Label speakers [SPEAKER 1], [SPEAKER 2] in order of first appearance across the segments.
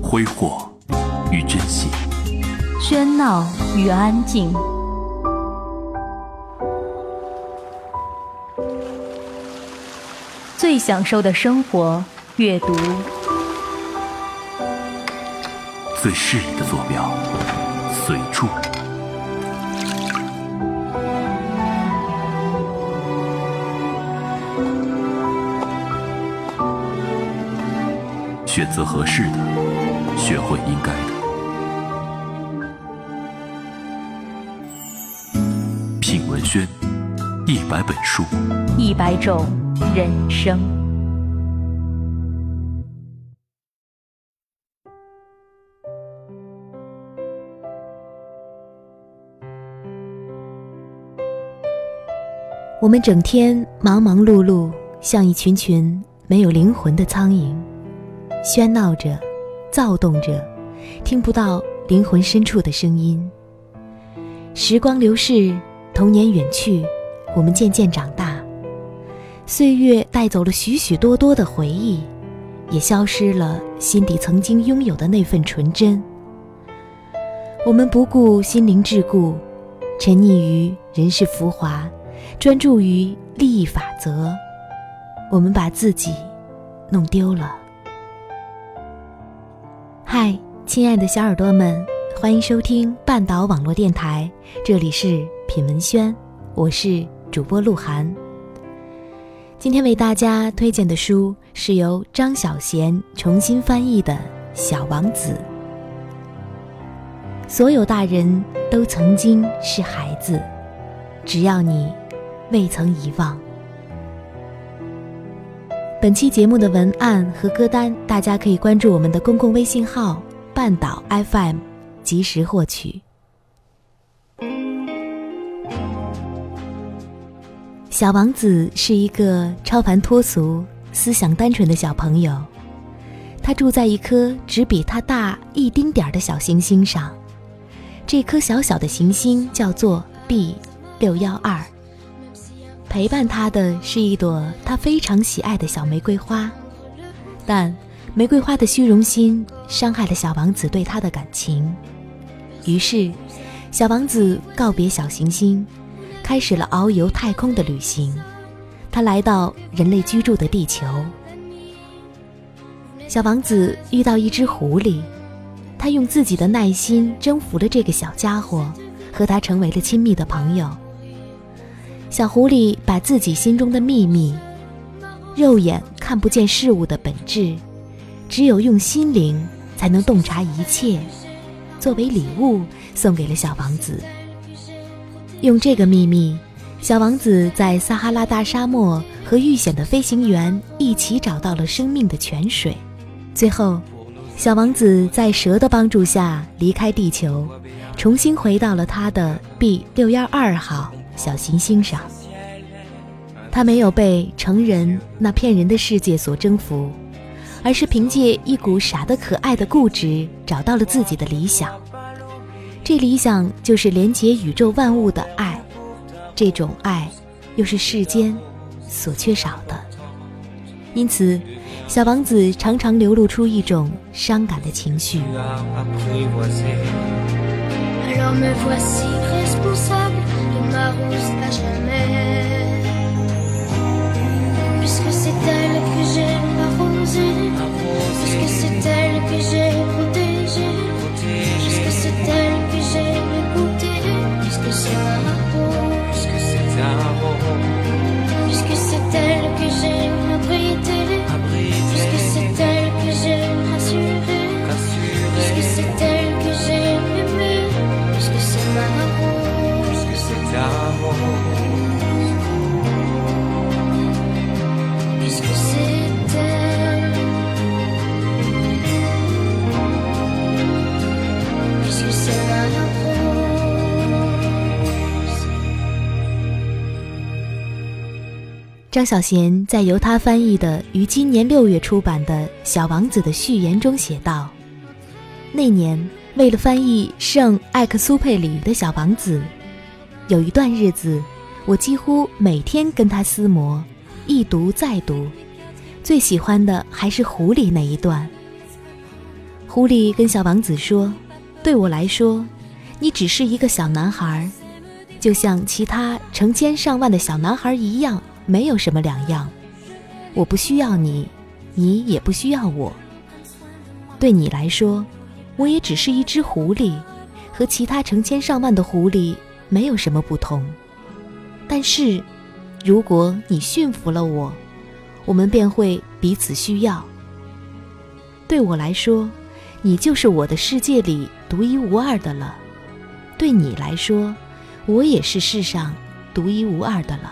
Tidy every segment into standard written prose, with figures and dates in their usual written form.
[SPEAKER 1] 挥霍与珍惜，
[SPEAKER 2] 喧闹与安静，最享受的生活，阅读；
[SPEAKER 1] 最适宜的坐标，随处。选择合适的，学会应该的。品文轩，100本书
[SPEAKER 2] ，100种人生。
[SPEAKER 3] 我们整天忙忙碌碌，像一群群没有灵魂的苍蝇，喧闹着，躁动着，听不到灵魂深处的声音。时光流逝，童年远去，我们渐渐长大，岁月带走了许许多多的回忆，也消失了心底曾经拥有的那份纯真。我们不顾心灵桎梏，沉溺于人世浮华，专注于利益法则，我们把自己弄丢了。嗨，亲爱的小耳朵们，欢迎收听半岛网络电台，这里是品文轩，我是主播鹿晗。今天为大家推荐的书是由张小娴重新翻译的《小王子》。所有大人都曾经是孩子，只要你未曾遗忘。本期节目的文案和歌单，大家可以关注我们的公共微信号半岛 FM 及时获取。小王子是一个超凡脱俗、思想单纯的小朋友，他住在一颗只比他大一丁点的小行星上，这颗小小的行星叫做 B612。陪伴他的是一朵他非常喜爱的小玫瑰花，但玫瑰花的虚荣心伤害了小王子对他的感情。于是小王子告别小行星，开始了遨游太空的旅行。他来到人类居住的地球。小王子遇到一只狐狸，他用自己的耐心征服了这个小家伙，和他成为了亲密的朋友。小狐狸把自己心中的秘密，肉眼看不见事物的本质，只有用心灵才能洞察一切，作为礼物送给了小王子。用这个秘密，小王子在撒哈拉大沙漠和遇险的飞行员一起找到了生命的泉水。最后，小王子在蛇的帮助下离开地球，重新回到了他的 B612号小行星上。他没有被成人那骗人的世界所征服，而是凭借一股傻得可爱的固执找到了自己的理想。这理想就是连结宇宙万物的爱，这种爱又是世间所缺少的。因此小王子常常流露出一种伤感的情绪。Alors me voici responsable de ma rose à jamais, puisque c'est elle que j'ai arrosée, puisque c'est elle que j'ai protégée, puisque c'est elle que j'ai écoutée, puisque c'est ma rose, puisque c'est elle que j'ai abritée, puisque c'est elle que j'ai rassurée, puisque c'est elle que j'ai aimée.Puisque c'est ma rose, puisque c'est ta rose, puisque c'est elle, puisque c'est ma rose。 张小娴在由他翻译的于今年6月出版的《小王子》的序言中写道：那年为了翻译圣艾克苏佩里的小王子，有一段日子我几乎每天跟他厮磨，一读再读，最喜欢的还是狐狸那一段。狐狐狸跟小王子说，对我来说，你只是一个小男孩，就像其他成千上万的小男孩一样，没有什么两样。我不需要你，你也不需要我。对你来说，我也只是一只狐狸，和其他成千上万的狐狸没有什么不同。但是，如果你驯服了我，我们便会彼此需要。对我来说，你就是我的世界里独一无二的了。对你来说，我也是世上独一无二的了。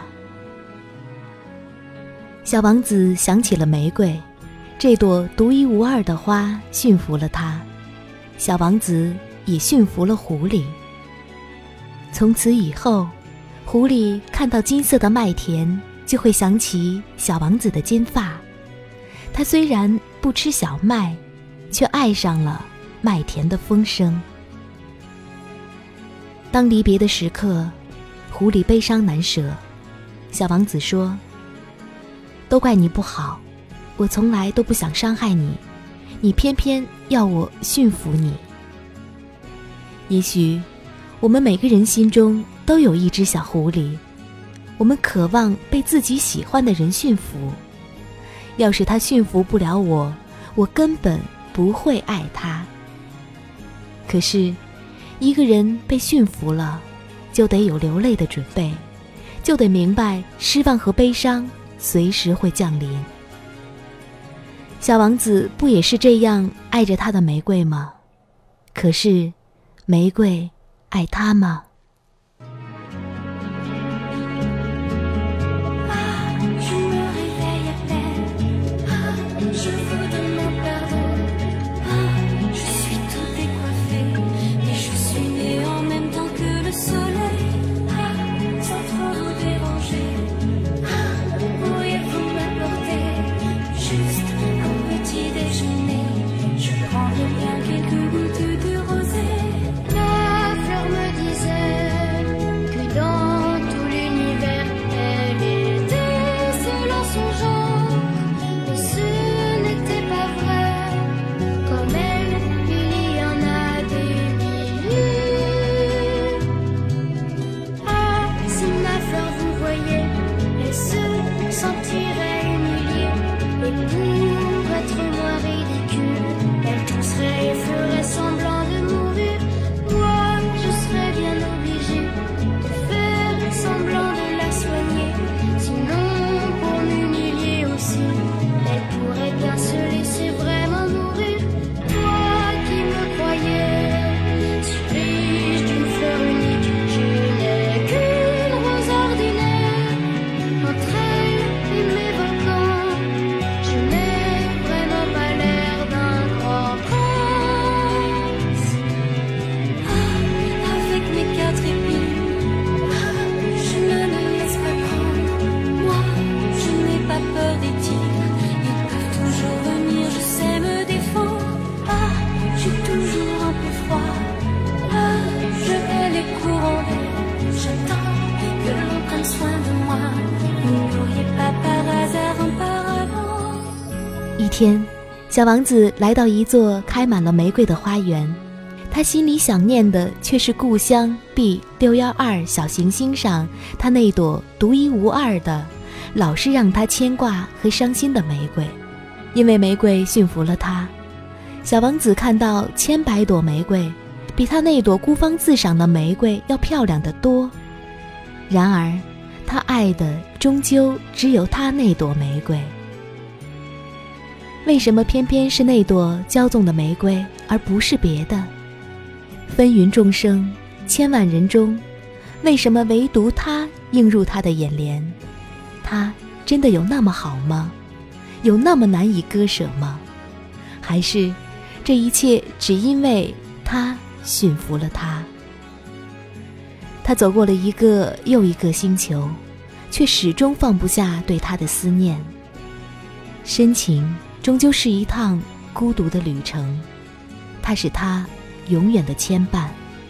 [SPEAKER 3] 小王子想起了玫瑰，这朵独一无二的花驯服了他，小王子也驯服了狐狸。从此以后，狐狸看到金色的麦田，就会想起小王子的金发。他虽然不吃小麦，却爱上了麦田的风声。当离别的时刻，狐狸悲伤难舍。小王子说，都怪你不好，我从来都不想伤害你，你偏偏要我驯服你。也许我们每个人心中都有一只小狐狸，我们渴望被自己喜欢的人驯服。要是他驯服不了我，我根本不会爱他。可是一个人被驯服了，就得有流泪的准备，就得明白失望和悲伤随时会降临。小王子不也是这样爱着他的玫瑰吗？可是玫瑰爱他吗？一天，小王子来到一座开满了玫瑰的花园，他心里想念的却是故乡 B612小行星上他那朵独一无二的，老是让他牵挂和伤心的玫瑰。因为玫瑰驯服了他，小王子看到千百朵玫瑰比他那朵孤芳自赏的玫瑰要漂亮得多，然而他爱的终究只有他那朵玫瑰。为什么偏偏是那朵骄纵的玫瑰，而不是别的？纷纭众生，千万人中，为什么唯独他映入他的眼帘？他真的有那么好吗？有那么难以割舍吗？还是这一切只因为他驯服了他？他走过了一个又一个星球，却始终放不下对他的思念。深情终究是一趟孤独的旅程，它是他永远的牵绊。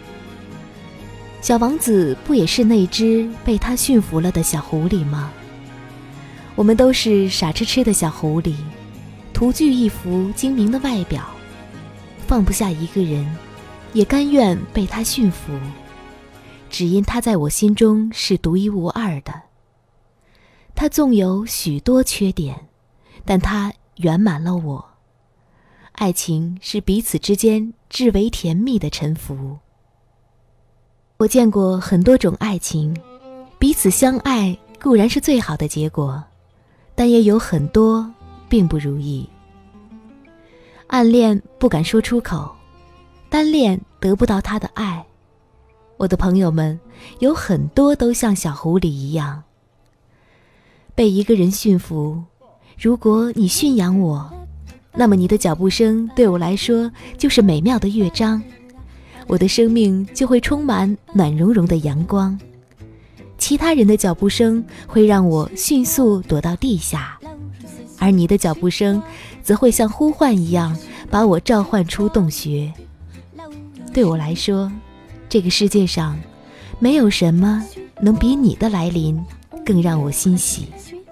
[SPEAKER 3] 小王子不也是那只被他驯服了的小狐狸吗？我们都是傻痴痴的小狐狸，徒具一副精明的外表， 放不下一个人，也甘愿被他驯服，只因他在我心中是独一无二的。他纵有许多缺点，但他圆满了我。爱情是彼此之间至为甜蜜的臣服。我见过很多种爱情，彼此相爱固然是最好的结果，但也有很多并不如意。暗恋不敢说出口，单恋得不到他的爱。我的朋友们有很多都像小狐狸一样，被一个人驯服。如果你驯养我，那么你的脚步声对我来说就是美妙的乐章，我的生命就会充满暖融融的阳光。其他人的脚步声会让我迅速躲到地下，而你的脚步声则会像呼唤一样把我召唤出洞穴。对我来说，这个世界上没有什么能比你的来临更让我欣喜。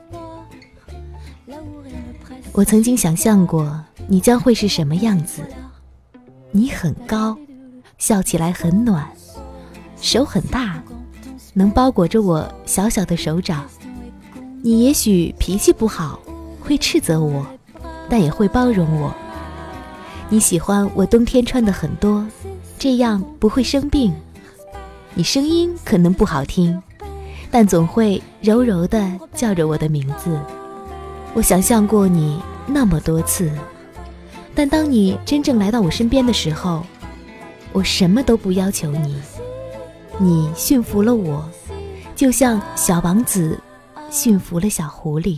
[SPEAKER 3] 我曾经想象过你将会是什么样子。你很高，笑起来很暖，手很大，能包裹着我小小的手掌。你也许脾气不好，会斥责我，但也会包容我。你喜欢我冬天穿的很多，这样不会生病。你声音可能不好听，但总会柔柔地叫着我的名字。我想象过你那么多次，但当你真正来到我身边的时候，我什么都不要求你。你驯服了我，就像小王子驯服了小狐狸。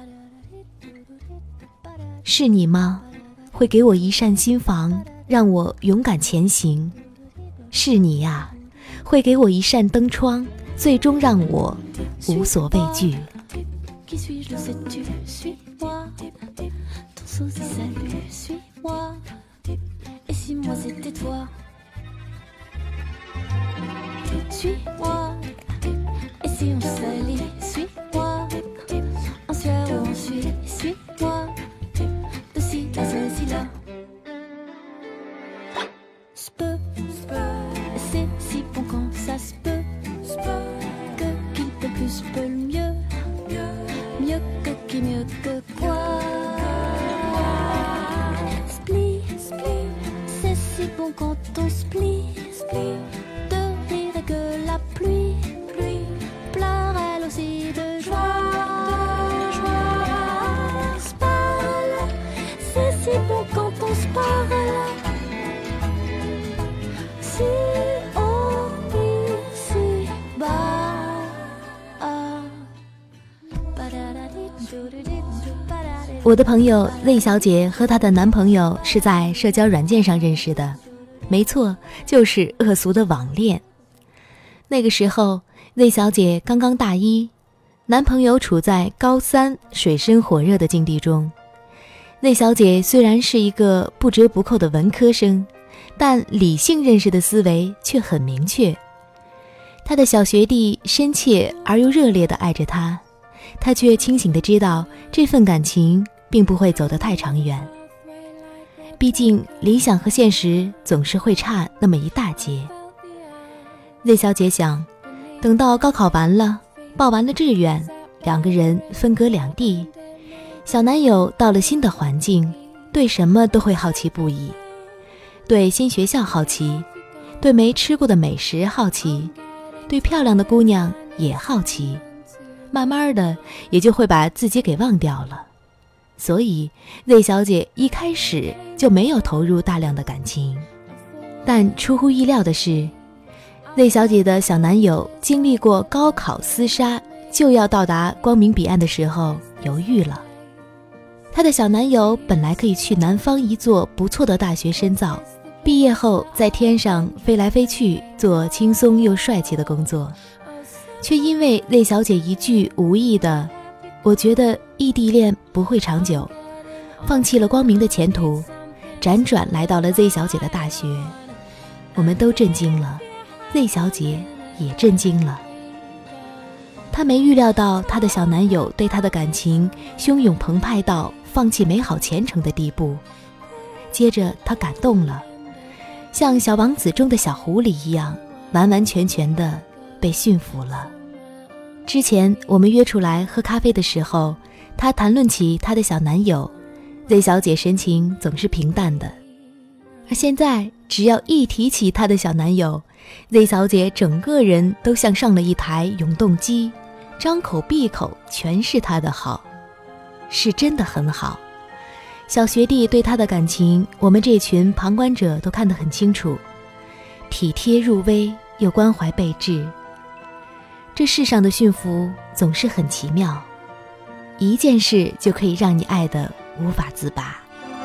[SPEAKER 3] 是你吗？会给我一扇心房，让我勇敢前行。是你呀，会给我一扇灯窗，最终让我无所畏惧。Qui suis-je, le sais-tu? Suis-moi. Ton souci salut, suis-moi. Et si moi c'était toi? Suis-moi. Et si on s'allie? Suis-moi. En sueur ou en suie? Suis-moi. De ci à celle-ci-là. Se peut, c'est si bon quand ça se peut. Que qui peut plus peut le mieux. Mieux que qui, mieux que quoi? Split, c'est si bon quand on split. De rire et que la pluie pleure elle aussi de joie. Spal, c'est si bon quand on se parle. Si haut, si bas. 我的朋友魏小姐和她的男朋友是在社交软件上认识的，没错，就是恶俗的网恋。那个时候，魏小姐刚刚大一，男朋友处在高三，水深火热的境地中。魏小姐虽然是一个不折不扣的文科生，但理性认识的思维却很明确。她的小学弟深切而又热烈地爱着她，她却清醒地知道这份感情并不会走得太长远。毕竟理想和现实总是会差那么一大截。魏小姐想，等到高考完了，报完了志愿，两个人分隔两地，小男友到了新的环境，对什么都会好奇不已，对新学校好奇，对没吃过的美食好奇，对漂亮的姑娘也好奇，慢慢的也就会把自己给忘掉了。所以魏小姐一开始就没有投入大量的感情。但出乎意料的是，魏小姐的小男友经历过高考厮杀，就要到达光明彼岸的时候犹豫了。她的小男友本来可以去南方一座不错的大学深造，毕业后在天上飞来飞去，做轻松又帅气的工作，却因为魏小姐一句无意的“我觉得异地恋不会长久”，放弃了光明的前途，辗转来到了 Z 小姐的大学。我们都震惊了， Z 小姐也震惊了。她没预料到她的小男友对她的感情汹涌澎湃到放弃美好前程的地步。 接着他感动了，像小王子中的小狐狸一样，完完全全地被驯服了。之前我们约出来喝咖啡的时候，她谈论起她的小男友， Z 小姐神情总是平淡的，而现在只要一提起她的小男友， Z 小姐整个人都像上了一台永动机，张口闭口全是她的好，是真的很好。小学弟对她的感情，我们这群旁观者都看得很清楚，体贴入微又关怀备至。这世上的驯服总是很奇妙，一件事就可以让你爱得无法自拔。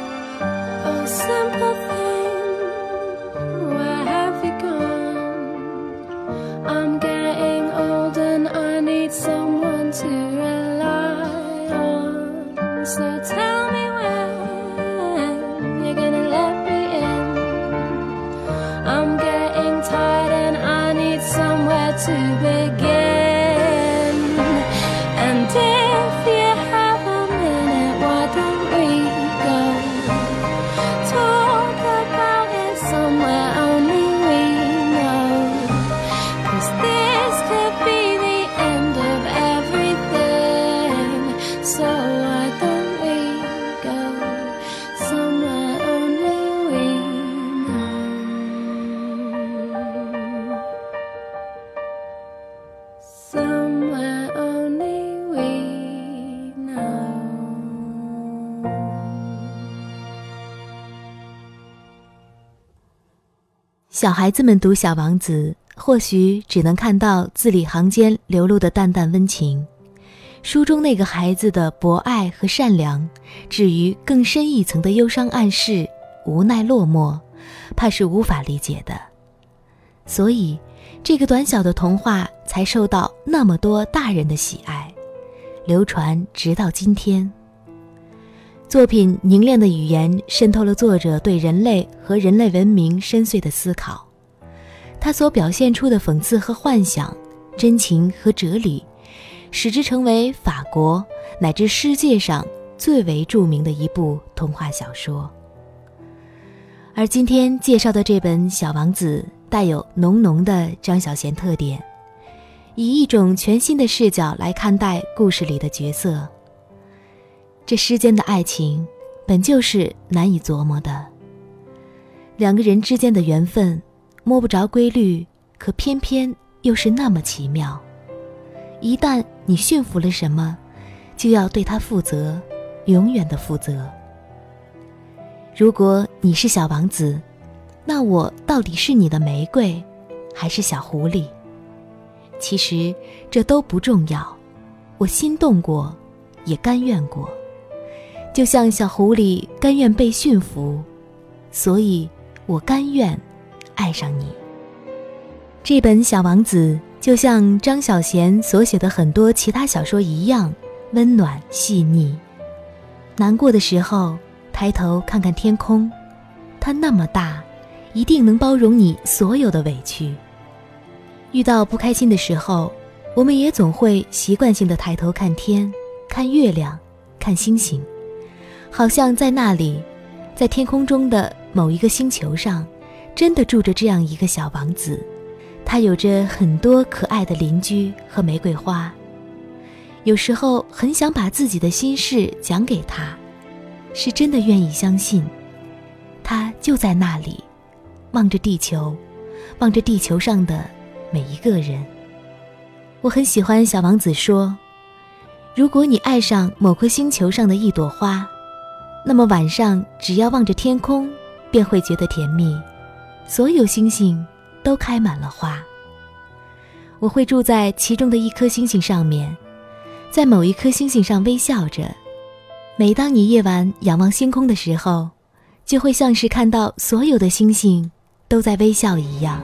[SPEAKER 3] 小孩子们读《小王子》，或许只能看到字里行间流露的淡淡温情，书中那个孩子的博爱和善良，至于更深一层的忧伤暗示、无奈落寞，怕是无法理解的。所以这个短小的童话才受到那么多大人的喜爱，流传直到今天。作品凝练的语言渗透了作者对人类和人类文明深邃的思考，他所表现出的讽刺和幻想，真情和哲理，使之成为法国乃至世界上最为著名的一部童话小说。而今天介绍的这本《小王子》带有浓浓的张小娴特点，以一种全新的视角来看待故事里的角色。这世间的爱情本就是难以琢磨的，两个人之间的缘分摸不着规律，可偏偏又是那么奇妙。一旦你驯服了什么，就要对它负责，永远的负责。如果你是小王子，那我到底是你的玫瑰，还是小狐狸？其实这都不重要，我心动过，也甘愿过。就像小狐狸甘愿被驯服，所以我甘愿爱上你。这本《小王子》就像张小娴所写的很多其他小说一样，温暖细腻。难过的时候，抬头看看天空，它那么大，一定能包容你所有的委屈。遇到不开心的时候，我们也总会习惯性地抬头看天，看月亮，看星星，好像在那里，在天空中的某一个星球上，真的住着这样一个小王子，他有着很多可爱的邻居和玫瑰花。有时候很想把自己的心事讲给他，是真的愿意相信，他就在那里，望着地球，望着地球上的每一个人。我很喜欢小王子说，如果你爱上某颗星球上的一朵花，那么晚上只要望着天空，便会觉得甜蜜，所有星星都开满了花。我会住在其中的一颗星星上面，在某一颗星星上微笑着。每当你夜晚仰望星空的时候，就会像是看到所有的星星都在微笑一样。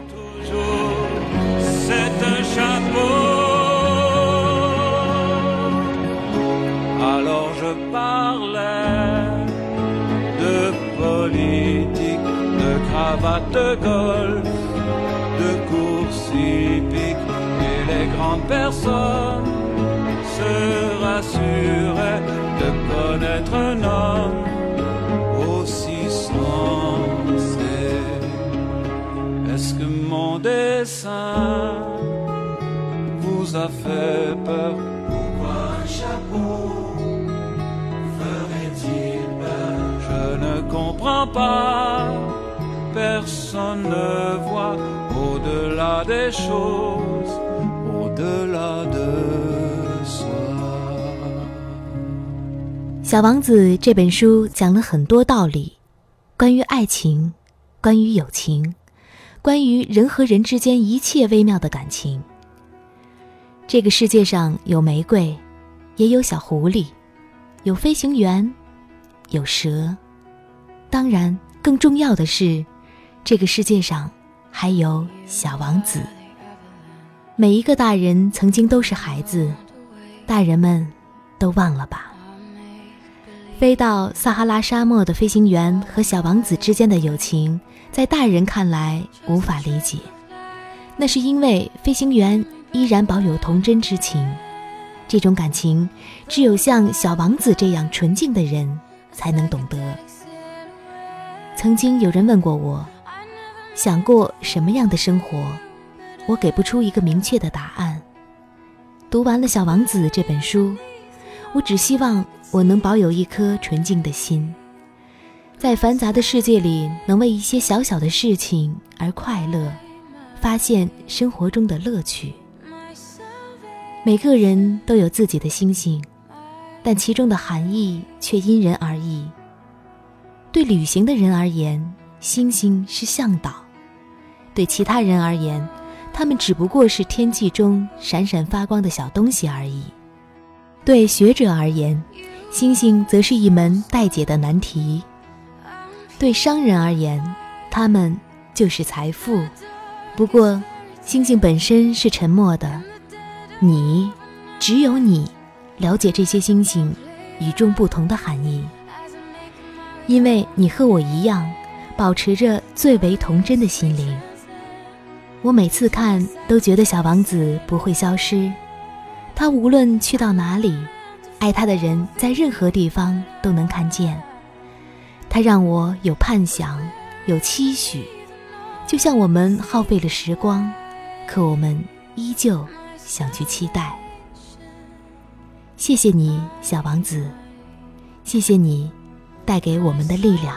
[SPEAKER 4] Cravate de golf, de course hippique, et les grandes personnes se rassuraient de connaître un homme aussi sans dessin vous a fait peur. Pourquoi un chapeau ferait-il peur? Je ne comprends pas, personne ne voit au-delà des choses, au-delà de soi。
[SPEAKER 3] 小王子这本书讲了很多道理，关于爱情，关于友情，关于人和人之间一切微妙的感情。这个世界上有玫瑰，也有小狐狸，有飞行员，有蛇，当然更重要的是，这个世界上还有小王子。每一个大人曾经都是孩子，大人们都忘了吧。飞到撒哈拉沙漠的飞行员和小王子之间的友情，在大人看来无法理解，那是因为飞行员依然保有童真之情，这种感情只有像小王子这样纯净的人才能懂得。曾经有人问过我，想过什么样的生活，我给不出一个明确的答案。读完了《小王子》这本书，我只希望我能保有一颗纯净的心，在繁杂的世界里能为一些小小的事情而快乐，发现生活中的乐趣。每个人都有自己的星星，但其中的含义却因人而异。对旅行的人而言，星星是向导；对其他人而言，它们只不过是天气中闪闪发光的小东西而已。对学者而言，星星则是一门待解的难题；对商人而言，它们就是财富。不过，星星本身是沉默的，只有你了解这些星星与众不同的含义，因为你和我一样，保持着最为童真的心灵。我每次看都觉得小王子不会消失，他无论去到哪里，爱他的人在任何地方都能看见。他让我有盼想，有期许，就像我们耗费了时光，可我们依旧想去期待。谢谢你，小王子，谢谢你带给我们的力量。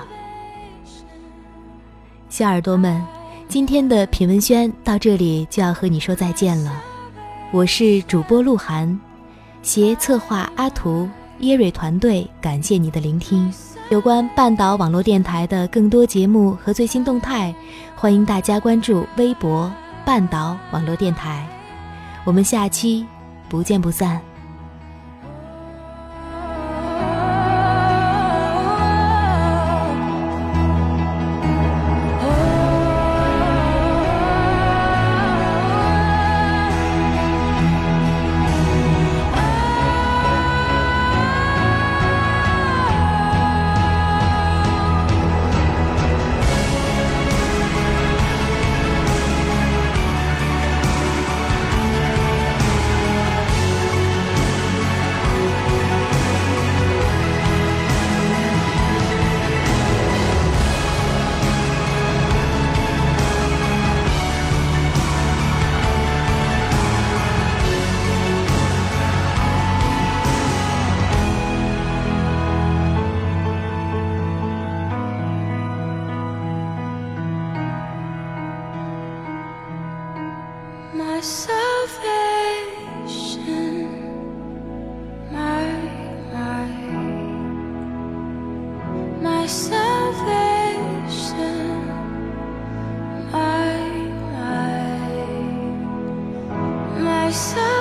[SPEAKER 3] 小耳朵们，今天的品文轩到这里就要和你说再见了。我是主播鹿晗，携策划阿图、耶瑞团队，感谢你的聆听。有关半岛网络电台的更多节目和最新动态，欢迎大家关注微博半岛网络电台。我们下期不见不散。
[SPEAKER 5] My salvation, my salvation, my salvation.